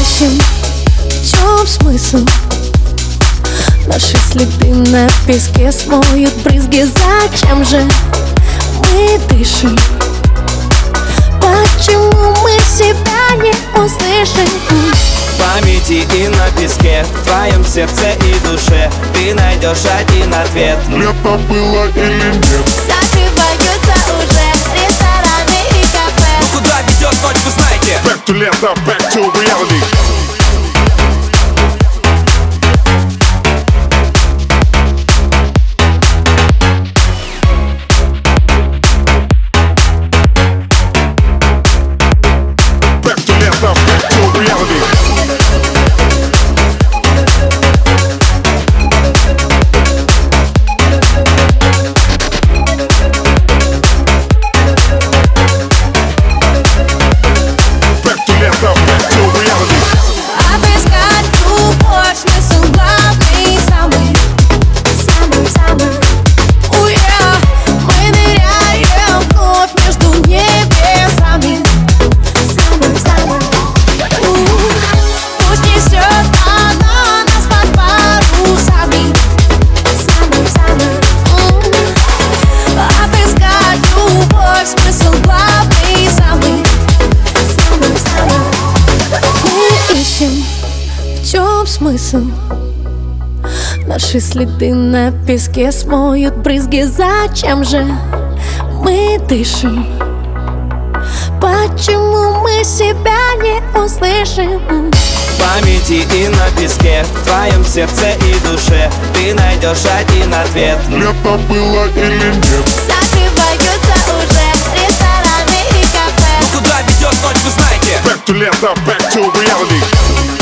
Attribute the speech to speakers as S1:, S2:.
S1: ищем, в чем смысл? Наши следы на песке смоют брызги. Зачем же мы дышим? Почему мы себя не услышим?
S2: В памяти и на песке, в твоем сердце и душе ты найдешь один ответ.
S3: Лето было или нет?
S1: Закрываются уже рестораны и кафе.
S2: Но куда ведет ночь, вы знаете?
S3: Back to лето, back to reality.
S1: Отыскать любовь, смысл главный, самый. Мы ныряем вновь между небесами. Пусть несет она нас под парусами. Отыскать любовь, смысл главный, самый. Мы ищем, в чем смысл? Наши следы на песке смоют брызги. Зачем же мы дышим? Почему мы себя не услышим?
S2: В памяти и на песке, в твоем сердце и душе ты найдешь один ответ.
S3: Лето было или нет?
S1: Закрываются уже рестораны и кафе.
S2: Но куда ведет ночь, вы знаете?
S3: Back to лето, back to reality.